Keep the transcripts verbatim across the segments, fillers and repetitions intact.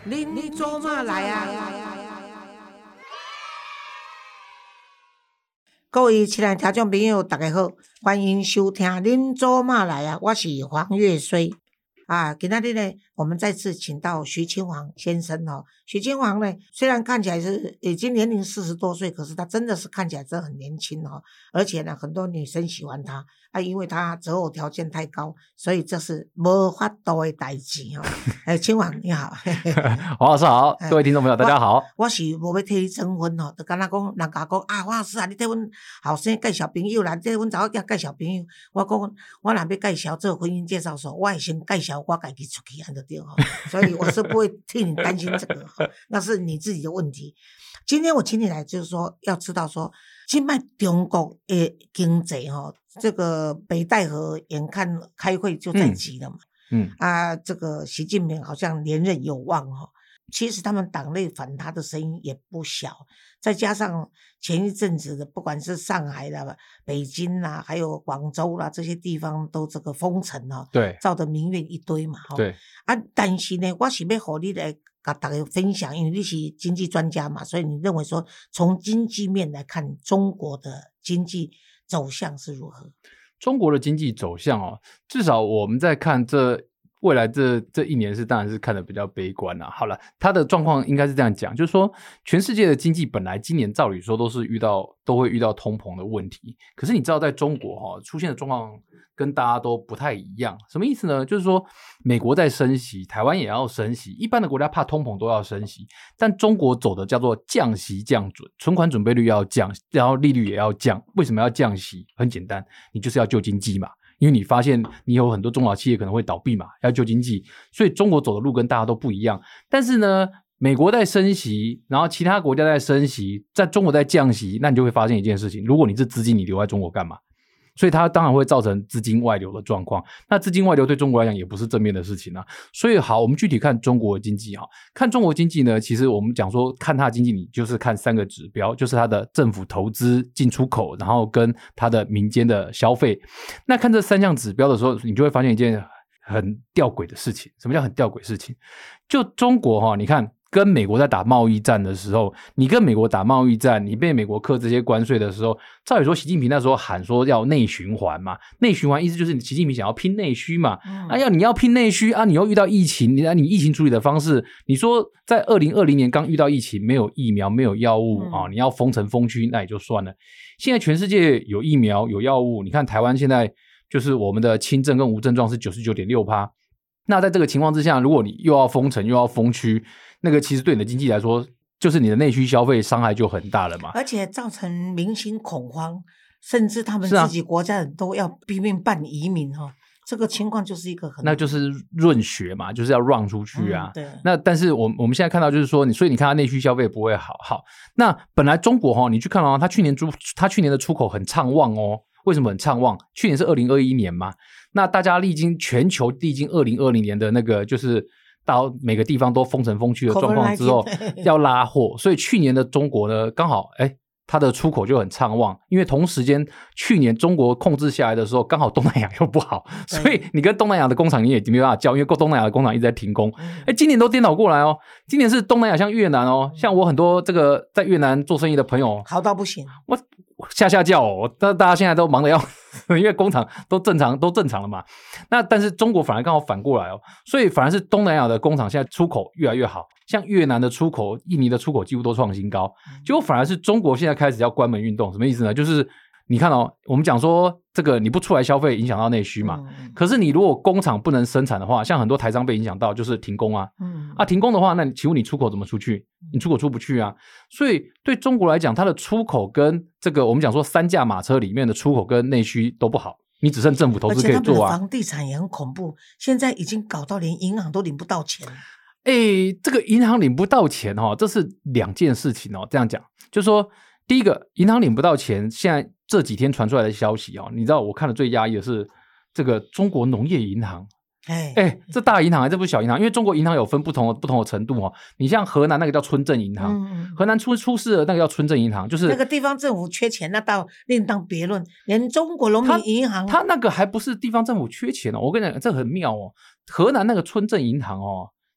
恁做嘛来啊？各位亲爱的听众朋友，大家好，欢迎收听《恁做嘛来啊》，我是黄月水啊。今天呢，我们再次请到徐清煌先生哦。徐清煌呢，虽然看起来是已经年龄四十多岁，可是他真的是看起来真的很年轻哦。而且呢，很多女生喜欢他啊，因为他择偶条件太高，所以这是没法度的代志哦。哎，清煌你好， 黄老师好，各位听众朋友大家好。 我, 我是无要替你征婚哦，就敢若讲人家讲啊，黄老师啊，你替阮后生介绍朋友啦，替阮查某囝介绍朋友。我讲我若要介绍做婚姻介绍所，我会先介绍我家己出去，安就对哦。所以我是不会替你担心这个，那是你自己的问题。今天我请你来，就是说要知道说，现在中国的经济哈，这个北戴河眼看开会就在即了嘛。 嗯, 嗯啊，这个习近平好像连任有望哈。其实他们党内反他的声音也不小，再加上前一阵子的不管是上海啦、北京啦，还有广州啦这些地方都这个封城哦， 对， 造的民怨一堆嘛， 对啊，但是呢，我是要和你来跟大家分享，因为你是经济专家嘛，所以你认为说从经济面来看，中国的经济走向是如何？ 中国的经济走向哦，至少我们在看这。未来这这一年是当然是看得比较悲观啦、啊。好了，它的状况应该是这样讲，就是说全世界的经济本来今年照理说都是遇到都会遇到通膨的问题，可是你知道在中国哈、哦、出现的状况跟大家都不太一样，什么意思呢？就是说美国在升息，台湾也要升息，一般的国家怕通膨都要升息，但中国走的叫做降息降准，存款准备率要降，然后利率也要降。为什么要降息？很简单，你就是要救经济嘛。因为你发现你有很多中小企业可能会倒闭嘛，要救经济，所以中国走的路跟大家都不一样。但是呢，美国在升息，然后其他国家在升息，在中国在降息，那你就会发现一件事情，如果你是资金，你留在中国干嘛？所以它当然会造成资金外流的状况，那资金外流对中国来讲也不是正面的事情啊。所以好，我们具体看中国的经济哈，看中国经济呢，其实我们讲说看它的经济，你就是看三个指标，就是它的政府投资、进出口，然后跟它的民间的消费。那看这三项指标的时候，你就会发现一件很吊诡的事情。什么叫很吊诡的事情？就中国哈，你看。跟美国在打贸易战的时候，你跟美国打贸易战，你被美国课这些关税的时候，照理说习近平那时候喊说要内循环嘛，内循环意思就是习近平想要拼内需嘛，嗯、啊要你要拼内需啊，你又遇到疫情，你你疫情处理的方式，你说在二零二零年刚遇到疫情，没有疫苗，没有药物、嗯、啊，你要封城封区那也就算了，现在全世界有疫苗有药物，你看台湾现在就是我们的轻症跟无症状是 百分之九十九点六， 那在这个情况之下，如果你又要封城又要封区，那个其实对你的经济来说，就是你的内需消费伤害就很大了嘛， 而且造成民心恐慌，甚至他们自己国家人都要拼命办移民哈、哦。这个情况就是一个很， 那就是润学嘛，就是要 run 出去啊。 嗯、对。 那但是我我们现在看到就是说，你所以你看它内需消费不会好。好，那本来中国哈、哦，你去看哦，它去年出它去年的出口很畅旺哦。为什么很畅旺？去年是二零二一年嘛，那大家历经全球历经二零二零年的那个就是到每个地方都封城封区的状况之后，要拉货，所以去年的中国呢，刚好哎。它的出口就很畅旺，因为同时间去年中国控制下来的时候，刚好东南亚又不好，所以你跟东南亚的工厂你也没办法叫，因为东南亚的工厂一直在停工。哎，今年都颠倒过来哦，今年是东南亚像越南哦，像我很多这个在越南做生意的朋友， 好到不行， 我下下叫哦，但大家现在都忙得要因为工厂都正常都正常了嘛。那但是中国反而刚好反过来哦，所以反而是东南亚的工厂现在出口越来越好，像越南的出口、印尼的出口几乎都创新高，结果反而是中国现在开始要关门运动，什么意思呢？就是你看哦，我们讲说这个你不出来消费影响到内需嘛，嗯、可是你如果工厂不能生产的话，像很多台商被影响到就是停工啊，嗯、啊停工的话，那请问你出口怎么出去？你出口出不去啊，所以对中国来讲，它的出口跟这个我们讲说三驾马车里面的出口跟内需都不好，你只剩政府投资可以做啊。 而且他们的房地产也很恐怖，现在已经搞到连银行都领不到钱。 哎，这个银行领不到钱哦，这是两件事情哦。这样讲，就是说，第一个，银行领不到钱，现在这几天传出来的消息哦，你知道我看的最压抑的是这个中国农业银行。哎哎，这大银行，这不是小银行，因为中国银行有分不同的不同的程度哦。你像河南那个叫村镇银行，嗯、河南出出事的那个叫村镇银行，就是那个地方政府缺钱，那倒另当别论。连中国农民银行， 他那个还不是地方政府缺钱哦。我跟你讲，这很妙哦。河南那个村镇银行哦。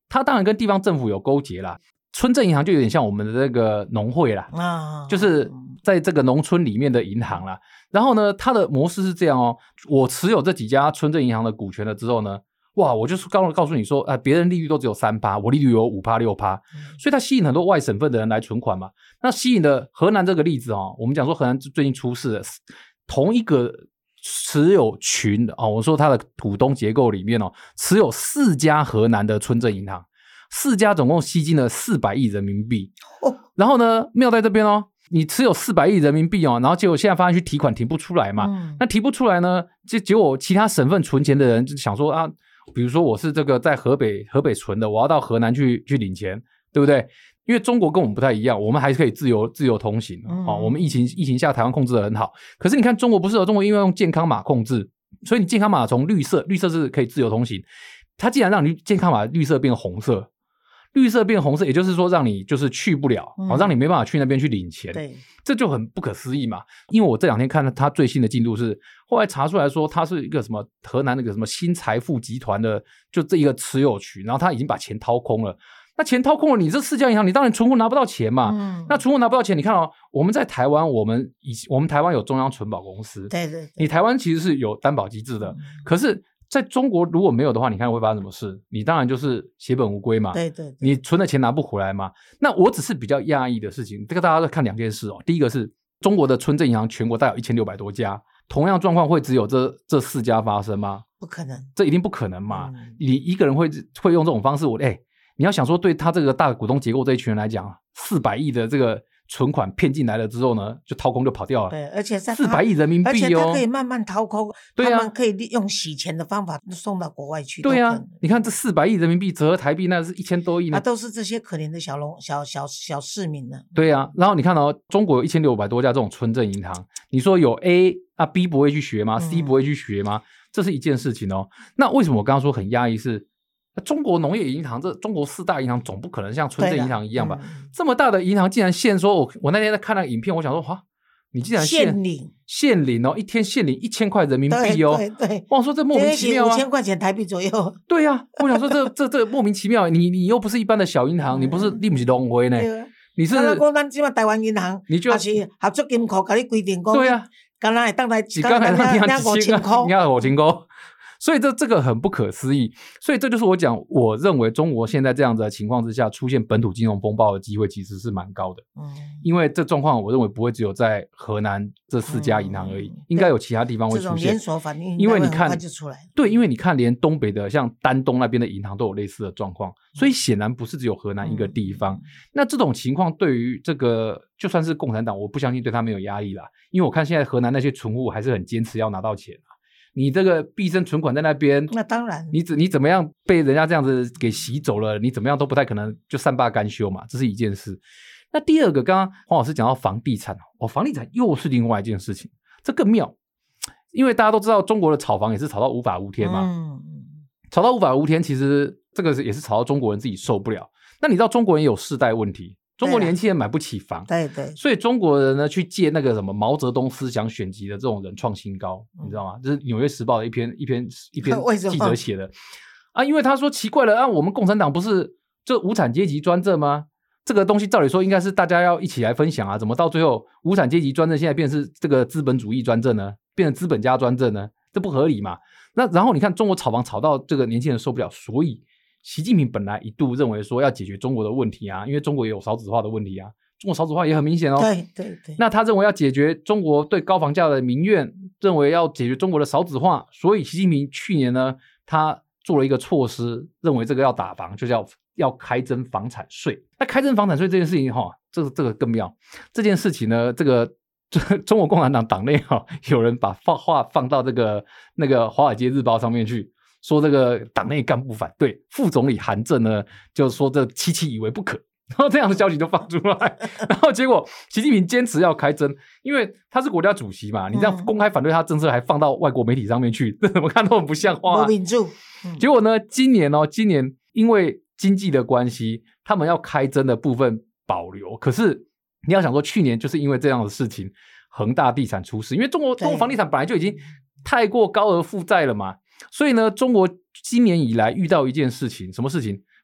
它当然跟地方政府有勾结啦。村镇银行就有点像我们的这个农会啦， 啊， 就是在这个农村里面的银行啦。然后呢，它的模式是这样哦，我持有这几家村镇银行的股权了之后呢，哇，我就是告告诉你说，呃，别人利率都只有 百分之三， 我利率有 百分之五 百分之六， 所以它吸引很多外省份的人来存款嘛。那吸引的河南这个例子哦，我们讲说河南最近出事了，同一个持有群哦，我说它的股东结构里面哦，持有四家河南的村镇银行，四家总共吸金了四百亿人民币。 哦， 然后呢，妙在这边哦，你持有四百亿人民币哦，然后结果现在发现去提款提不出来嘛，嗯、那提不出来呢，结结果其他省份存钱的人就想说啊，比如说我是这个在河北河北存的，我要到河南去去领钱，对不对？因为中国跟我们不太一样，我们还是可以自由自由通行、嗯哦、我们疫情疫情下台湾控制得很好，可是你看中国不是有中国因为用健康码控制，所以你健康码从绿色绿色是可以自由通行，它既然让你健康码绿色变红色，绿色变红色，也就是说让你就是去不了、嗯哦、让你没办法去那边去领钱， 对， 这就很不可思议嘛。因为我这两天看了他最新的进度是，后来查出来说他是一个什么河南那个什么新财富集团的就这一个持有群，然后他已经把钱掏空了。那钱掏空了，你这四家银行，你当然存户拿不到钱嘛。嗯、那存户拿不到钱，你看哦，我们在台湾，我们以我们台湾有中央存保公司， 对对对， 你台湾其实是有担保机制的，嗯、可是在中国如果没有的话，你看会发生什么事？你当然就是血本无归嘛。 对对对， 你存的钱拿不回来嘛。那我只是比较讶异的事情，这个大家都看两件事哦。第一个是中国的村镇银行全国大概有一千六百多家，同样状况会只有这这四家发生吗？ 不可能， 这一定不可能嘛。嗯、你一个人会会用这种方式，我哎。你要想说对他这个大股东结构这一群人来讲，四百亿的这个存款骗进来了之后呢，就掏空就跑掉了。 对，而且四百亿人民币哦， 而且他可以慢慢掏空， 对啊， 他们可以利用洗钱的方法送到国外去。 对啊，你看这四百亿人民币折合台币那是一千多亿呢， 啊，都是这些可怜的小农小小小市民呢。 对啊，然后你看哦，中国有一千六百多家这种村镇银行，你说有 A 啊 B 不会去学吗？ C 不会去学吗？嗯、这是一件事情哦。那为什么我刚刚说很压抑是？中国农业银行这中国四大银行总不可能像村镇银行一样吧、嗯、这么大的银行竟然限说 我, 我那天在看那个影片，我想说哇，你竟然限限领限领哦，一天限领一千块人民币哦， 对对对， 我说这莫名其妙啊， 五千块钱台币左右， 对啊，我想说这这这莫名其妙，你你又不是一般的小银行，你不是你不是农会呢，你是刚刚咱即马台湾银行，你就还是合作金库给你规定讲， 对啊， 刚才当来几刚才那两五千块， 你看五千块。所以这这个很不可思议，所以这就是我讲，我认为中国现在这样子的情况之下，出现本土金融风暴的机会其实是蛮高的。嗯，因为这状况我认为不会只有在河南这四家银行而已，嗯、应该有其他地方会出现。这种连锁反应， 因为你看就出来。 对，因为你看连东北的像丹东那边的银行都有类似的状况，所以显然不是只有河南一个地方。嗯、那这种情况对于这个就算是共产党，我不相信对他没有压力啦，因为我看现在河南那些存户还是很坚持要拿到钱。你这个毕生存款在那边， 那当然， 你怎你怎么样被人家这样子给洗走了，你怎么样都不太可能就善罢甘休嘛，这是一件事。那第二个，刚刚黄老师讲到房地产哦，房地产又是另外一件事情，这更妙，因为大家都知道中国的炒房也是炒到无法无天嘛，嗯，炒到无法无天，其实这个也是炒到中国人自己受不了。那你知道中国人有世代问题。中国年轻人买不起房， 对对， 所以中国人呢去借那个什么毛泽东思想选集的这种人创新高，嗯、你知道吗？这是《纽约时报》的一篇一篇一篇记者写的啊，因为他说奇怪了啊，我们共产党不是就无产阶级专政吗？这个东西照理说应该是大家要一起来分享啊，怎么到最后无产阶级专政现在变成是这个资本主义专政呢？变成资本家专政呢？这不合理嘛？那然后你看中国炒房炒到这个年轻人受不了，所以。习近平本来一度认为说要解决中国的问题啊，因为中国也有少子化的问题啊，中国少子化也很明显哦。 对对对。 那他认为要解决中国对高房价的民怨，认为要解决中国的少子化，所以习近平去年呢，他做了一个措施，认为这个要打房，就叫要开征房产税。那开征房产税这件事情哈、哦，这个这个更妙。这件事情呢，这个中国共产党党内哈、哦，有人把话放到这个那个《华尔街日报》上面去。说这个党内干部反对，副总理韩正呢就说这七七以为不可，然后这样的消息就放出来，然后结果习近平坚持要开征，因为他是国家主席嘛，你这样公开反对他政策还放到外国媒体上面去，这怎么看都很不像话、啊。嗯、结果呢，今年哦，今年因为经济的关系，他们要开征的部分保留，可是你要想说，去年就是因为这样的事情，恒大地产出事，因为中国中国房地产本来就已经太过高额负债了嘛。所以呢，中国今年以来遇到一件事情，什么事情？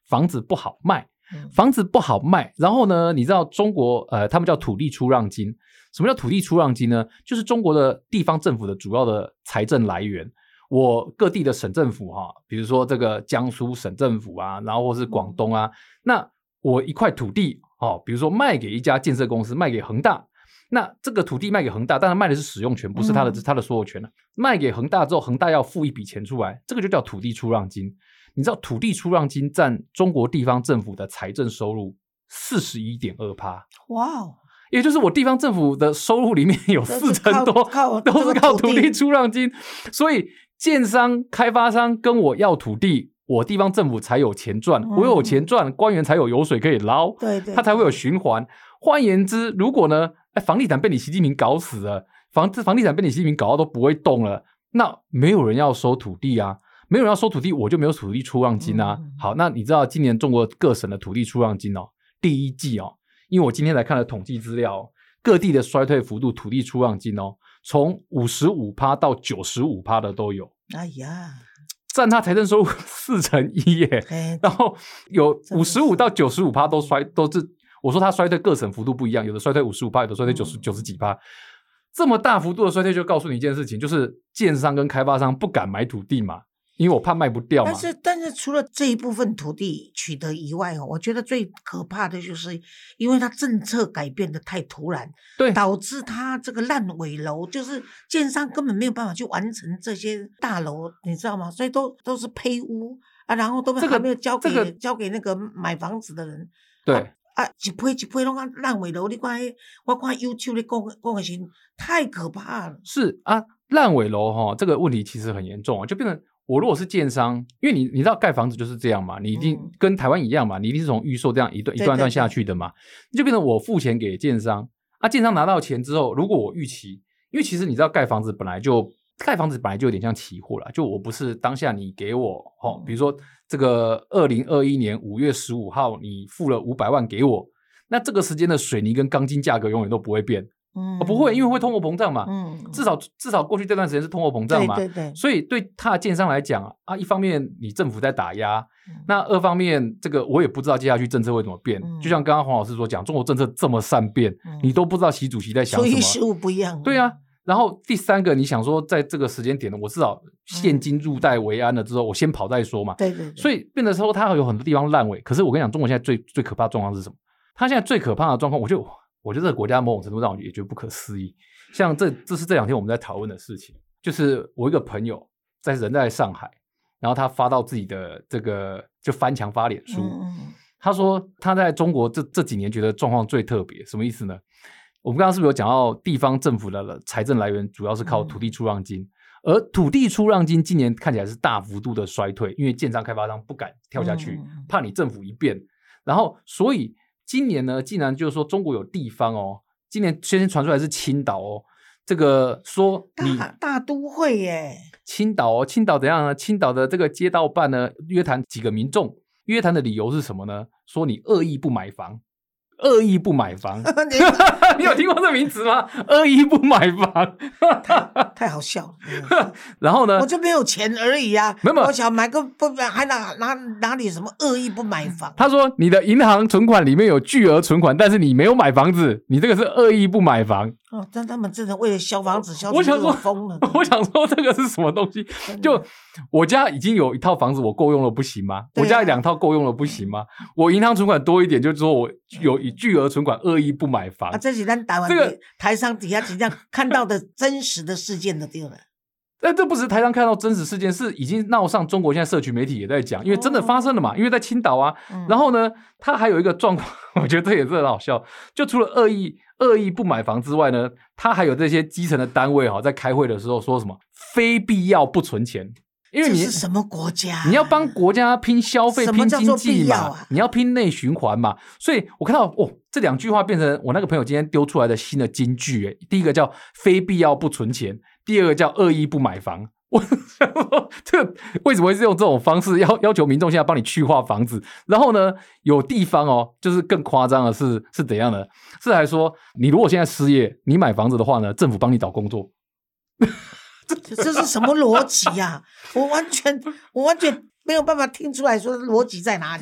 房子不好卖，房子不好卖，然后呢，你知道中国呃，他们叫土地出让金。什么叫土地出让金呢？就是中国的地方政府的主要的财政来源。我各地的省政府哈，比如说这个江苏省政府啊，然后或是广东啊，那我一块土地哦，比如说卖给一家建设公司，卖给恒大，那这个土地卖给恒大，当然卖的是使用权，不是他的、嗯、他的所有权了。卖给恒大之后，恒大要付一笔钱出来，这个就叫土地出让金。你知道土地出让金占中国地方政府的财政收入 百分之四十一点二。 哇哦，也就是我地方政府的收入里面有四成多都是靠土地出让金，所以建商开发商跟我要土地，我地方政府才有钱赚、嗯、我有钱赚，官员才有油水可以捞，对对，他才会有循环。换言之，如果呢房地产被你习近平搞死了，房房地产被你习近平搞到都不会动了，那没有人要收土地啊，没有人要收土地，我就没有土地出让金啊、嗯、好，那你知道今年中国各省的土地出让金哦，第一季哦，因为我今天才看了统计资料、哦、各地的衰退幅度土地出让金哦，从 百分之五十五 到 百分之九十五 的都有。哎呀，占他财政收入四成一耶，然后有 百分之五十五 到 百分之九十五 都衰，都是我说他衰退各省幅度不一样，有的衰退 百分之五十五， 有的衰退九十、嗯、九十几%。这么大幅度的衰退就告诉你一件事情，就是建商跟开发商不敢买土地嘛，因为我怕卖不掉嘛。但是但是除了这一部分土地取得以外，我觉得最可怕的就是因为它政策改变的太突然，对，导致它这个烂尾楼，就是建商根本没有办法去完成这些大楼，你知道吗？所以都都是坯屋啊，然后都还没有交给、这个、交给那个买房子的人。对。啊啊，一批一批拢啊烂尾楼，你看，我看 YouTube 咧讲讲的时候，太可怕了。是啊，烂尾楼哈、哦，这个问题其实很严重啊，就变成我如果是建商，因为你你知道盖房子就是这样嘛，你一定、嗯、跟台湾一样嘛，你一定是从预售这样一段一段一段下去的嘛，就变成我付钱给建商啊，建商拿到钱之后，如果我预期，因为其实你知道盖房子本来就盖房子本来就有点像期货啦，就我不是当下你给我哦，比如说。这个二零二一年五月十五号你付了五百万给我，那这个时间的水泥跟钢筋价格永远都不会变，嗯、哦，不会，因为会通货膨胀嘛，嗯，至少至少过去这段时间是通货膨胀嘛，对对对，所以对他的建商来讲啊，一方面你政府在打压、嗯，那二方面这个我也不知道接下去政策会怎么变，嗯、就像刚刚黄老师所讲，中国政策这么善变，嗯、你都不知道习主席在想什么，所以事物不一样，对啊。然后第三个，你想说在这个时间点呢，我至少现金入袋为安了之后，嗯、我先跑再说嘛。对对对。所以变得说，它有很多地方烂尾。可是我跟你讲，中国现在最最可怕的状况是什么？它现在最可怕的状况，我就我觉得这个国家某种程度上也觉得不可思议。像这这是这两天我们在讨论的事情，就是我一个朋友在人在上海，然后他发到自己的这个就翻墙发脸书，嗯、他说他在中国这这几年觉得状况最特别，什么意思呢？我们刚刚是不是有讲到地方政府的财政来源主要是靠土地出让金、嗯、而土地出让金今年看起来是大幅度的衰退，因为建商开发商不敢跳下去、嗯、怕你政府一变，然后所以今年呢竟然就是说中国有地方哦，今年先传出来是青岛哦，这个说你 大, 大都会耶，青岛哦，青岛怎样呢？青岛的这个街道办呢约谈几个民众，约谈的理由是什么呢？说你恶意不买房，恶意不买房你有听过这名词吗？恶意不买房太, 太好笑了然后呢我就没有钱而已啊，没有，我想买个不还哪哪哪里什么恶意不买房，他说你的银行存款里面有巨额存款，但是你没有买房子，你这个是恶意不买房哦，但他们真的为了消房子消成这种疯了。我想说这个是什么东西？就我家已经有一套房子，我够用了不行吗？啊、我家两套够用了不行吗？我银行存款多一点，就是说我有巨额存款，恶意不买房啊，这是咱台湾、这个、台商底下真正看到的真实的事件的对了。但这不是台上看到真实事件，是已经闹上中国现在社群媒体也在讲，因为真的发生了嘛，哦、因为在青岛啊、嗯。然后呢，他还有一个状况，我觉得这也是很好笑。就除了恶意恶意不买房之外呢，他还有这些基层的单位哈，在开会的时候说什么非必要不存钱。因为你这是什么国家、啊？你要帮国家拼消费、拼经济嘛、啊，你要拼内循环嘛。所以我看到哦，这两句话变成我那个朋友今天丢出来的新的金句诶。第一个叫非必要不存钱，第二个叫恶意不买房。我想说，这个为什么会是用这种方式要要求民众现在帮你去化房子？然后呢，有地方哦，就是更夸张的是是怎样的？是还说你如果现在失业，你买房子的话呢，政府帮你找工作。这, 这是什么逻辑啊？我完全我完全没有办法听出来说逻辑在哪里。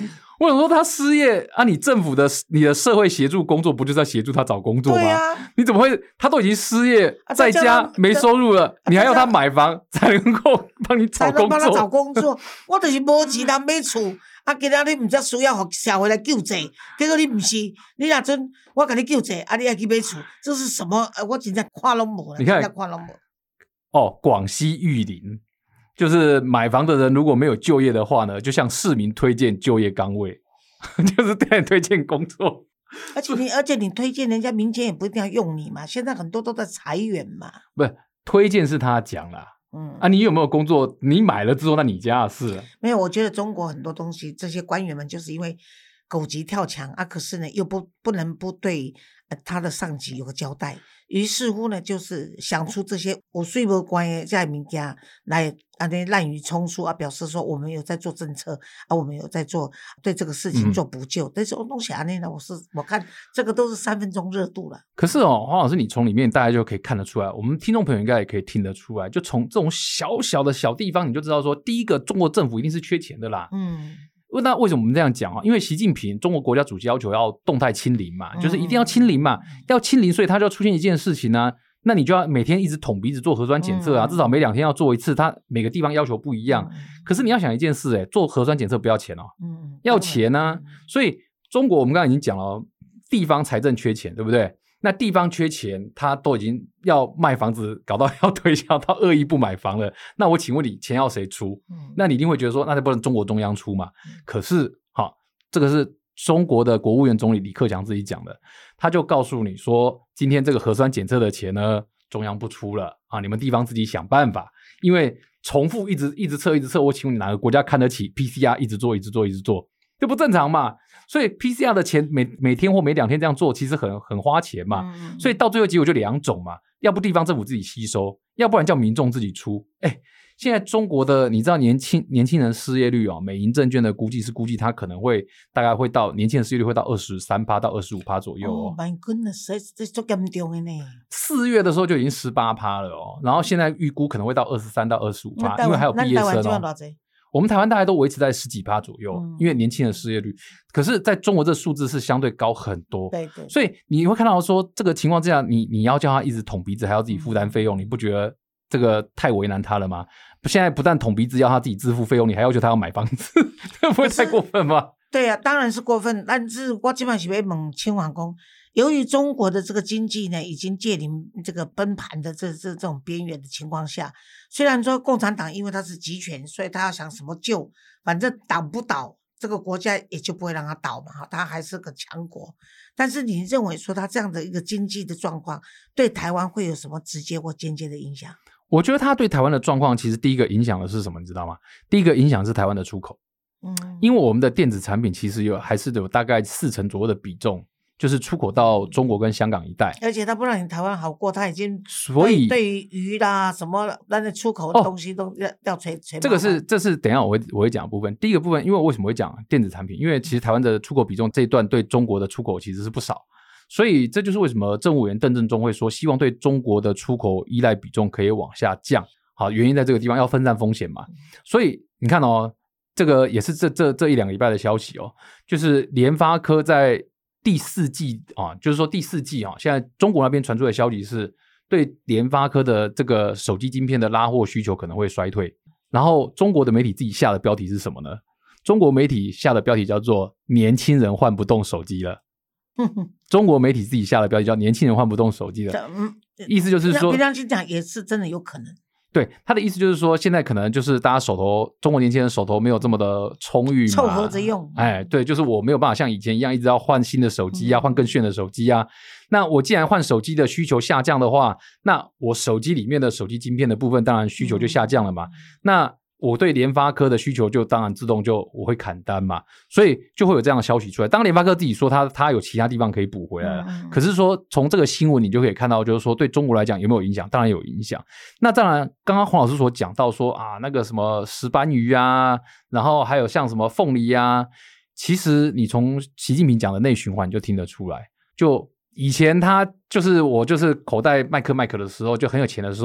我想说他失业啊，你政府的你的社会协助工作不就是在协助他找工作吗？ 对啊， 你怎么会他都已经失业、 啊、 在家没收入了，你还要他买房才能够帮你找工作？才能帮他找工作，我就是无钱通买厝。啊！今仔日毋则需要互社会来救济，结果你毋是，你若阵我甲你救济，啊，你还去买厝，这是什么？我真正看拢无啦， 你看真正看拢无。 哦，广西玉林就是买房的人如果没有就业的话呢，就向市民推荐就业岗位，就是对你推荐工作。 而且你，而且你推荐人家民间也不一定要用你嘛，现在很多都在裁员嘛。 不是推荐是他讲啦。 嗯啊，你有没有工作？你买了之后，那你家的事了。 没有，我觉得中国很多东西，这些官员们就是因为狗急跳墙啊，可是呢又不不能不对、呃、他的上级有个交代，于是乎呢，就是想出这些有水无关的这些物件来啊，那滥竽充数啊，表示说我们有在做政策啊，我们有在做对这个事情做补救。嗯、但是我东西啊，那呢，我是我看这个都是三分钟热度了。 可是哦，黄老师，你从里面大家就可以看得出来，我们听众朋友应该也可以听得出来，就从这种小小的小地方，你就知道说，第一个，中国政府一定是缺钱的啦。嗯。那为什么我们这样讲啊？因为习近平中国国家主席要求要动态清零嘛，就是一定要清零嘛，嗯、要清零，所以他就要出现一件事情呢、啊，那你就要每天一直捅鼻子做核酸检测啊，嗯、至少每两天要做一次，他每个地方要求不一样。嗯、可是你要想一件事、欸，做核酸检测不要钱哦，嗯、要钱呢、啊。所以中国我们刚才已经讲了，地方财政缺钱，对不对？那地方缺钱，他都已经要卖房子，搞到要推销到恶意不买房了。那我请问你，钱要谁出？嗯、那你一定会觉得说，那就不能中国中央出嘛？嗯、可是，好，这个是中国的国务院总理李克强自己讲的，他就告诉你说，今天这个核酸检测的钱呢，中央不出了啊，你们地方自己想办法，因为重复一直一直测一直测，我请问你哪个国家看得起 P C R 一直做一直做一直做？这不正常嘛？所以 P C R 的钱每每天或每两天这样做，其实很很花钱嘛。嗯、所以到最后结果就两种嘛，要不地方政府自己吸收，要不然叫民众自己出。哎，现在中国的你知道年轻年轻人失业率哦，美银证券的估计是估计它可能会大概会到年轻人失业率会到二十三趴到二十五趴左右哦。 Oh my goodness， 这这严重的呢。 四月的时候就已经十八趴了哦，然后现在预估可能会到二十三到二十五趴，因为还有毕业生哦。我们台湾大概都维持在十几趴左右，嗯、因为年轻人失业率，可是在中国这数字是相对高很多， 对对， 所以你会看到说这个情况之下，你你要叫他一直捅鼻子，还要自己负担费用，嗯、你不觉得这个太为难他了吗？现在不但捅鼻子要他自己支付费用，你还要求他要买房子，这不会太过分吗？ 对啊，当然是过分，但是我基本上是要问青王公，由于中国的这个经济呢，已经介临这个崩盘的这这这种边缘的情况下，虽然说共产党因为他是集权，所以他要想什么救，反正党不倒，这个国家也就不会让他倒嘛，他还是个强国。但是你认为说他这样的一个经济的状况，对台湾会有什么直接或间接的影响？ 我觉得他对台湾的状况，其实第一个影响的是什么，你知道吗？第一个影响是台湾的出口。嗯，因为我们的电子产品其实有还是有大概四成左右的比重，就是出口到中国跟香港一带， 而且它不让你台湾好过，它已经所以对于鱼啦什么那的出口的东西都要、哦、要吹吹。 这个是这是等一下我会我会讲的部分。第一个部分，因为我为什么会讲电子产品？因为其实台湾的出口比重这一段对中国的出口其实是不少，所以这就是为什么政务员邓正中会说希望对中国的出口依赖比重可以往下降。好，原因在这个地方要分散风险嘛。所以你看哦。这个也是这这这一两个礼拜的消息哦，就是联发科在第四季啊，就是说第四季啊，现在中国那边传出的消息是对联发科的这个手机晶片的拉货需求可能会衰退。然后中国的媒体自己下的标题是什么呢？中国媒体下的标题叫做“年轻人换不动手机了”。中国媒体自己下的标题叫“年轻人换不动手机了”，意思就是说， 平常去讲也是真的有可能。 对，他的意思就是说，现在可能就是大家手头，中国年轻人手头没有这么的充裕嘛， 凑合着用。 哎，对，就是我没有办法像以前一样一直要换新的手机啊，嗯、换更炫的手机啊。那我既然换手机的需求下降的话，那我手机里面的手机晶片的部分，当然需求就下降了嘛。嗯、那我对联发科的需求就当然自动就我会砍单嘛，所以就会有这样的消息出来。当然联发科自己说他他有其他地方可以补回来了，嗯、可是说从这个新闻你就可以看到，就是说对中国来讲有没有影响？当然有影响。那当然，刚刚黄老师所讲到说啊，那个什么石斑鱼啊，然后还有像什么凤梨啊，其实你从习近平讲的内循环就听得出来。就以前他就是我就是口袋麦克麦克的时候，就很有钱的时候。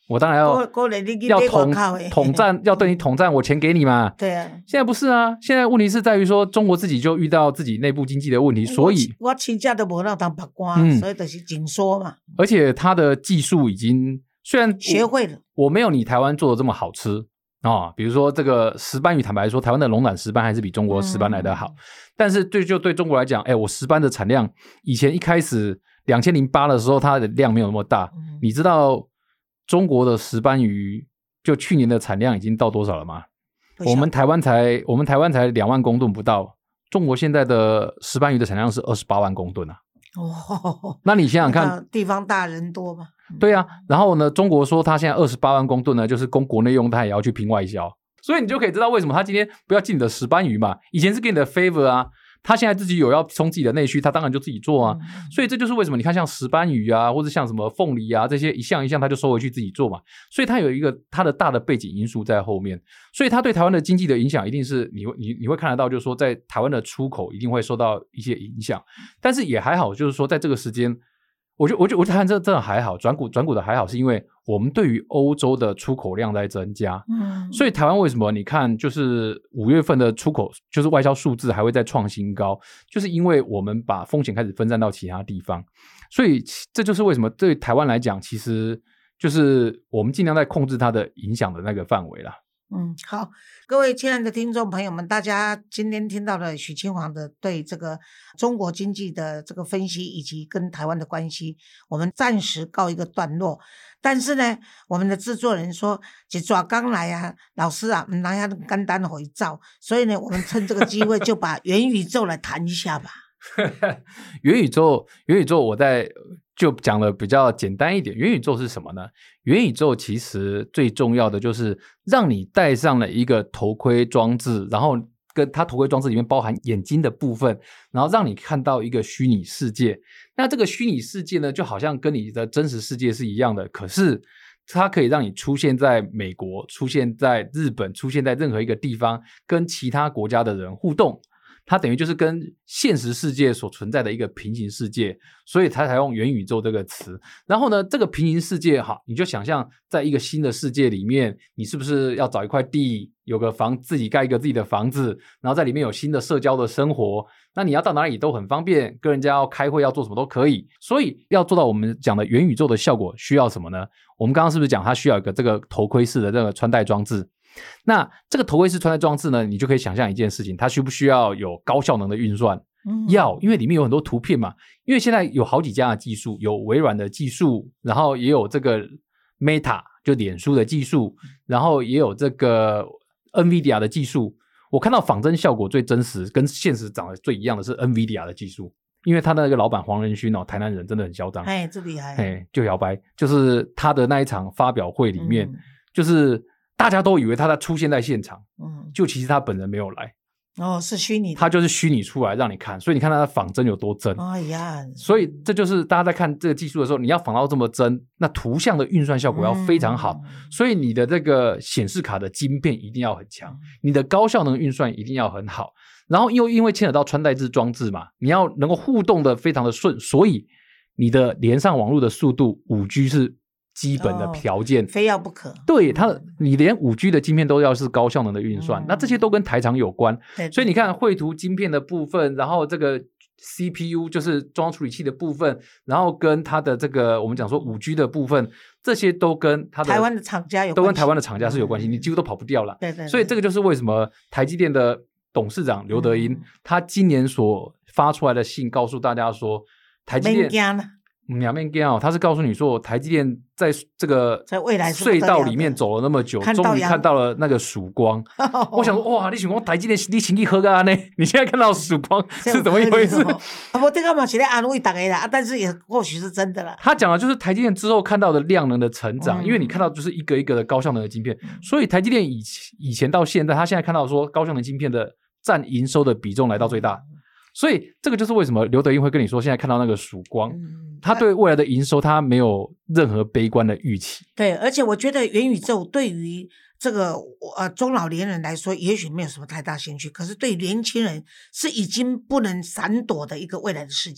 我当然要要统统战，要对你统战，我钱给你嘛。 对啊， 现在不是啊，现在问题是在于说，中国自己就遇到自己内部经济的问题，所以我亲家都没让当法官、嗯，所以就是紧缩嘛。 而且他的技术已经虽然学会了， 我没有你台湾做的这么好吃啊、哦。比如说这个石斑鱼，坦白说，台湾的龙胆石斑还是比中国石斑来得好。嗯、但是对就对中国来讲，哎，我石斑的产量以前一开始两千零八的时候，它的量没有那么大。嗯、你知道？中国的石斑鱼就去年的产量已经到多少了吗？我们台湾才我们台湾才两万公吨不到，中国现在的石斑鱼的产量是二十八万公吨啊！哦，那你想想看， 地方大人多嘛？ 对啊，然后呢，中国说它现在二十八万公吨呢，就是供国内用，它也要去拼外销，所以你就可以知道为什么他今天不要进你的石斑鱼嘛，以前是给你的 favor 啊。他现在自己有要冲自己的内需，他当然就自己做啊，嗯、所以这就是为什么你看像石斑鱼啊，或者像什么凤梨啊这些一项一项他就收回去自己做嘛，所以他有一个他的大的背景因素在后面，所以他对台湾的经济的影响一定是你你你会看得到，就是说在台湾的出口一定会受到一些影响，但是也还好，就是说在这个时间。我就我就我就看这真的还好，转股转股的还好，是因为我们对于欧洲的出口量在增加，嗯，所以台湾为什么你看就是五月份的出口就是外销数字还会再创新高，就是因为我们把风险开始分散到其他地方，所以这就是为什么对台湾来讲，其实就是我们尽量在控制它的影响的那个范围啦。 嗯，好，各位亲爱的听众朋友们，大家今天听到了许清煌的对这个中国经济的这个分析，以及跟台湾的关系，我们暂时告一个段落。但是呢，我们的制作人说，一抓刚来啊，老师啊，不能那么简单回照，所以呢，我们趁这个机会就把元宇宙来谈一下吧。 元宇宙，元宇宙，我在就讲的比较简单一点。元宇宙是什么呢？元宇宙其实最重要的就是让你戴上了一个头盔装置，然后跟它头盔装置里面包含眼睛的部分，然后让你看到一个虚拟世界。那这个虚拟世界呢，就好像跟你的真实世界是一样的，可是它可以让你出现在美国，出现在日本，出现在任何一个地方，跟其他国家的人互动。它等于就是跟现实世界所存在的一个平行世界，所以它才用元宇宙这个词。然后呢，这个平行世界哈，你就想象在一个新的世界里面，你是不是要找一块地，有个房，自己盖一个自己的房子，然后在里面有新的社交的生活，那你要到哪里都很方便，跟人家要开会要做什么都可以。所以要做到我们讲的元宇宙的效果，需要什么呢？我们刚刚是不是讲它需要一个这个头盔式的这个穿戴装置？那这个头盔式穿戴装置呢，你就可以想象一件事情，它需不需要有高效能的运算？嗯、要，因为里面有很多图片嘛。因为现在有好几家的技术，有微软的技术，然后也有这个 Meta 就脸书的技术，然后也有这个 NVIDIA 的技术。我看到仿真效果最真实，跟现实长得最一样的是 NVIDIA 的技术，因为他的那个老板黄仁勋哦，台南人真的很嚣张， 哎，这厉害， 哎，就摇摆，就是他的那一场发表会里面，嗯、就是大家都以为他在出现在现场，嗯，就其实他本人没有来， 哦，是虚拟的， 他就是虚拟出来让你看，所以你看他的仿真有多真， 哎呀， 所以这就是大家在看这个技术的时候，你要仿到这么真，那图像的运算效果要非常好，嗯、所以你的这个显示卡的晶片一定要很强，你的高效能运算一定要很好，然后又因为牵扯到穿戴式装置嘛，你要能够互动的非常的顺，所以你的连上网络的速度 五 G 是基本的条件， 哦、非要不可。 对，它你连 五 G 的晶片都要是高效能的运算，嗯、那这些都跟台厂有关。 对对， 所以你看绘图晶片的部分，然后这个 C P U 就是中央处理器的部分，然后跟它的这个我们讲说 五 G 的部分，这些都跟它的台湾的厂家有关系， 都跟台湾的厂家是有关系，嗯、你几乎都跑不掉了。 对 对, 对， 所以这个就是为什么台积电的董事长刘德音，嗯、他今年所发出来的信告诉大家说，台积电两面干哦，他是告诉你说，台积电在这个在未来隧道里面走了那么久，终于看到了那个曙光。我想说，哇，你想说台积电你请你喝个呢？你现在看到曙光是怎么一回事？ 我这个嘛是在安慰大家啦，但是也或许是真的啦。 他讲的就是台积电之后看到的量能的成长，嗯、因为你看到就是一个一个的高效能的晶片，嗯、所以台积电以以前到现在，他现在看到说高效能晶片的占营收的比重来到最大。嗯所以这个就是为什么刘德音会跟你说现在看到那个曙光，嗯、他对未来的营收他没有任何悲观的预期。 对，而且我觉得元宇宙对于这个呃中老年人来说也许没有什么太大兴趣，可是对年轻人是已经不能闪躲的一个未来的世界啊。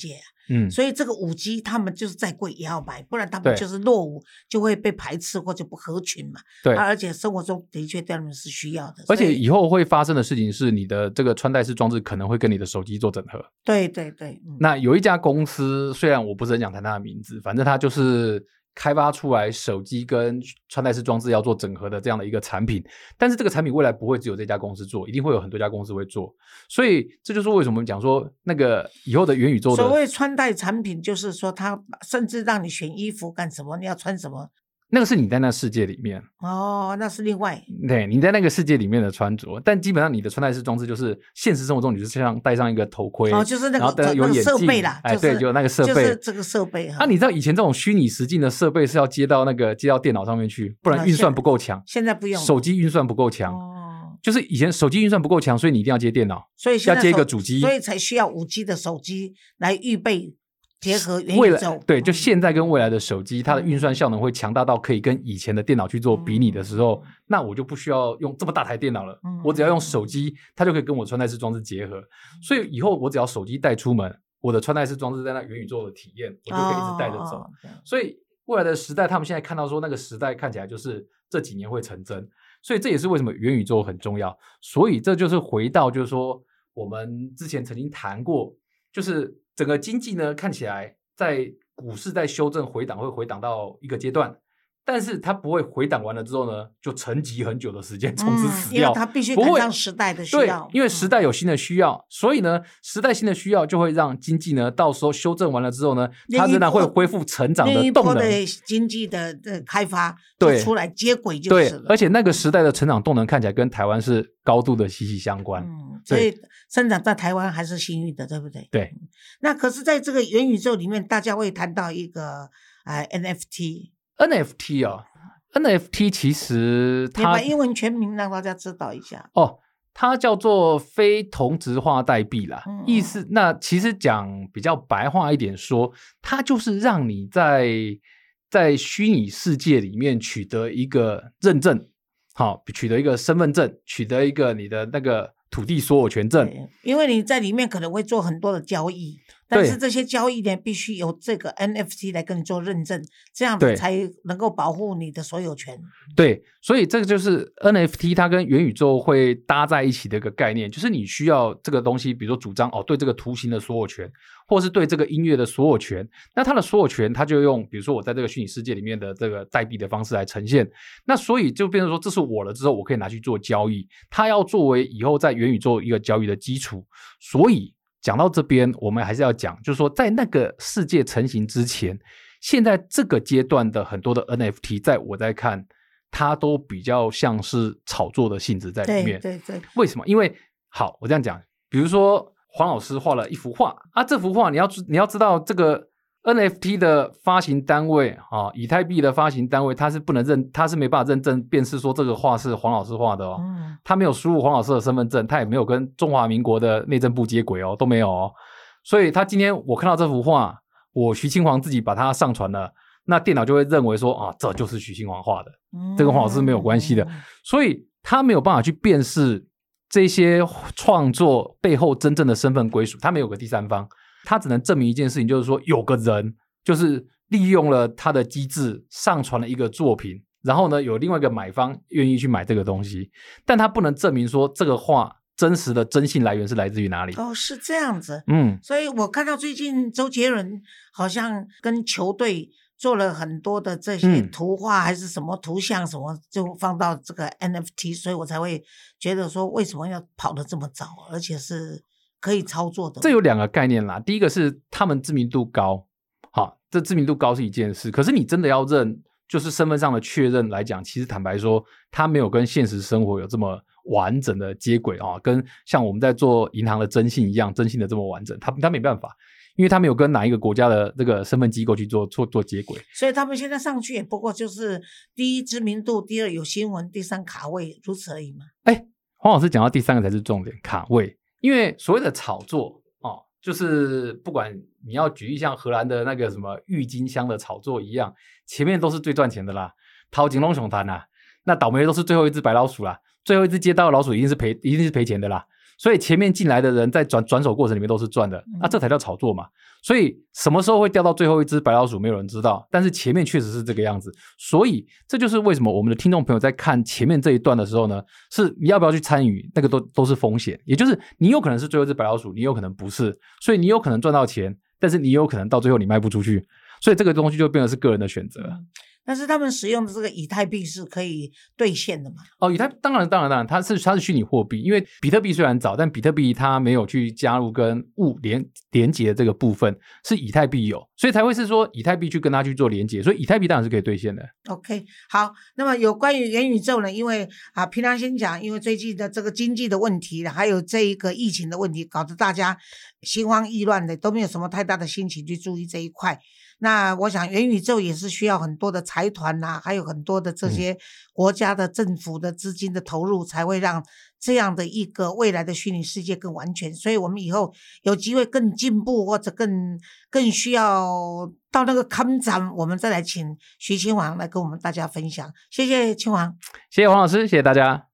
嗯， 所以这个五 G 他们就是再贵也要买，不然他们对就是落伍就会被排斥或者不合群嘛。 对， 啊而且生活中的确对他们是需要的， 而且所以以后会发生的事情是，你的这个穿戴式装置可能会跟你的手机做整合。 对对对，嗯那有一家公司，虽然我不是很想谈它的名字，反正它就是开发出来手机跟穿戴式装置要做整合的这样的一个产品，但是这个产品未来不会只有这家公司做，一定会有很多家公司会做，所以这就是为什么我们讲说那个以后的元宇宙的所谓穿戴产品，就是说它甚至让你选衣服干什么，你要穿什么。 那个是你在那世界里面哦，那是另外。 对，你在那个世界里面的穿着，但基本上你的穿戴式装置就是现实生活中你就是像戴上一个头盔， 哦，就是那然后戴有个那个眼镜设备啦， 哎， 就是对，就那个设备， 就是这个设备哈。 啊，你知道以前这种虚拟实境的设备是要接到那个接到电脑上面去，不然运算不够强。 现在不用， 手机运算不够强。 哦， 就是以前手机运算不够强，所以你一定要接电脑， 所以现在要接一个主机， 所以才需要五 G 的手机来预备结合元未来宇宙。 对，就现在跟未来的手机，它的运算效能会强大到可以跟以前的电脑去做比拟的时候， 嗯那我就不需要用这么大台电脑了， 嗯我只要用手机，它就可以跟我穿戴式装置结合。所以以后我只要手机带出门，我的穿戴式装置在那元宇宙的体验，我就可以一直带着走。 哦哦所以未来的时代，他们现在看到说那个时代看起来就是这几年会成真，所以这也是为什么元宇宙很重要。所以这就是回到就是说我们之前曾经谈过，就是整个经济呢看起来在股市在修正回档会回档到一个阶段，但是它不会回档完了之后呢就沉寂很久的时间从此死掉、 嗯、因为它必须赶上时代的需要。 对，因为时代有新的需要、嗯、所以呢时代新的需要就会让经济呢到时候修正完了之后呢它仍然会恢复成长的动能，另一波的经济的的开发就出来接轨就是了。 对，而且那个时代的成长动能看起来跟台湾是高度的息息相关、 嗯、所以生长在台湾还是幸运的，对不对？ 对、嗯、 那可是在这个元宇宙里面大家会谈到一个、呃、N F T N F T 啊、哦、N F T 其实它，你把英文全名让大家知道一下哦，它叫做非同质化代币啦、嗯、意思那其实讲比较白话一点说，它就是让你在在虚拟世界里面取得一个认证，好，取得一个身份证，取得一个你的那个土地所有权证， 因为你在里面可能会做很多的交易，但是这些交易呢必须由这个 N F T 来跟你做认证，这样子才能够保护你的所有权。 对，所以这个就是 N F T 它跟元宇宙会搭在一起的一个概念，就是你需要这个东西比如说主张哦对这个图形的所有权，或是对这个音乐的所有权，那它的所有权它就用比如说我在这个虚拟世界里面的这个代币的方式来呈现，那所以就变成说这是我了之后我可以拿去做交易，它要作为以后在元宇宙一个交易的基础。所以讲到这边我们还是要讲，就是说在那个世界成型之前，现在这个阶段的很多的 N F T 在我在看它都比较像是炒作的性质在里面。 对对对， 为什么？因为好我这样讲，比如说黄老师画了一幅画啊，这幅画你要你要知道这个 N F T 的发行单位啊，以太币的发行单位，它是不能认，它是没办法认证辨识说这个画是黄老师画的哦。嗯，他没有输入黄老师的身份证，他也没有跟中华民国的内政部接轨哦，都没有哦。所以他今天我看到这幅画，我徐清煌自己把它上传了，那电脑就会认为说啊，这就是徐清煌画的，嗯，这跟黄老师没有关系的，所以他没有办法去辨识这些创作背后真正的身份归属，他没有个第三方。他只能证明一件事情，就是说有个人就是利用了他的机制上传了一个作品，然后呢有另外一个买方愿意去买这个东西，但他不能证明说这个画真实的真性来源是来自于哪里。 哦，是这样子。 嗯， 所以我看到最近周杰伦好像跟球队做了很多的这些图画、嗯、还是什么图像什么，就放到这个 N F T， 所以我才会觉得说为什么要跑得这么早，而且是可以操作的。 这有两个概念啦，第一个是他们知名度高，好，这知名度高是一件事，可是你真的要认，就是身份上的确认来讲，其实坦白说他没有跟现实生活有这么完整的接轨啊，跟像我们在做银行的征信一样，征信的这么完整，他他没办法，因为他没有跟哪一个国家的这个身份机构去做做做接轨， 所以他们现在上去也不过就是第一知名度，第二有新闻，第三卡位，如此而已嘛。 哎，黄老师讲到第三个才是重点，卡位。因为所谓的炒作哦，就是不管你要举例像荷兰的那个什么郁金香的炒作一样，前面都是最赚钱的啦，淘金龙熊谈啦，那倒霉的都是最后一只白老鼠啦，最后一只接到的老鼠一定是赔一定是赔钱的啦， 所以前面进来的人在转转手过程里面都是赚的，那、啊、这才叫炒作嘛。所以什么时候会掉到最后一只白老鼠没有人知道，但是前面确实是这个样子。所以这就是为什么我们的听众朋友在看前面这一段的时候呢，是你要不要去参与，那个都都是风险。也就是你有可能是最后一只白老鼠，你有可能不是，所以你有可能赚到钱，但是你有可能到最后你卖不出去，所以这个东西就变成是个人的选择。 嗯，但是他们使用的这个以太币是可以兑现的嘛？ 哦，以太当然当然当然，它是它是虚拟货币，因为比特币虽然早，但比特币它没有去加入跟物连连接这个部分，是以太币有，所以才会是说以太币去跟它去做连接，所以以太币当然是可以兑现的。 OK， 好，那么有关于元宇宙呢？因为啊，平常先讲，因为最近的这个经济的问题，还有这一个疫情的问题，搞得大家心慌意乱的，都没有什么太大的心情去注意这一块。那我想元宇宙也是需要很多的财团啊，还有很多的这些国家的政府的资金的投入，才会让这样的一个未来的虚拟世界更完全。所以我们以后有机会更进步，或者更更需要到那个坎站，我们再来请徐亲王来跟我们大家分享。谢谢亲王。 谢谢黄老师，谢谢大家。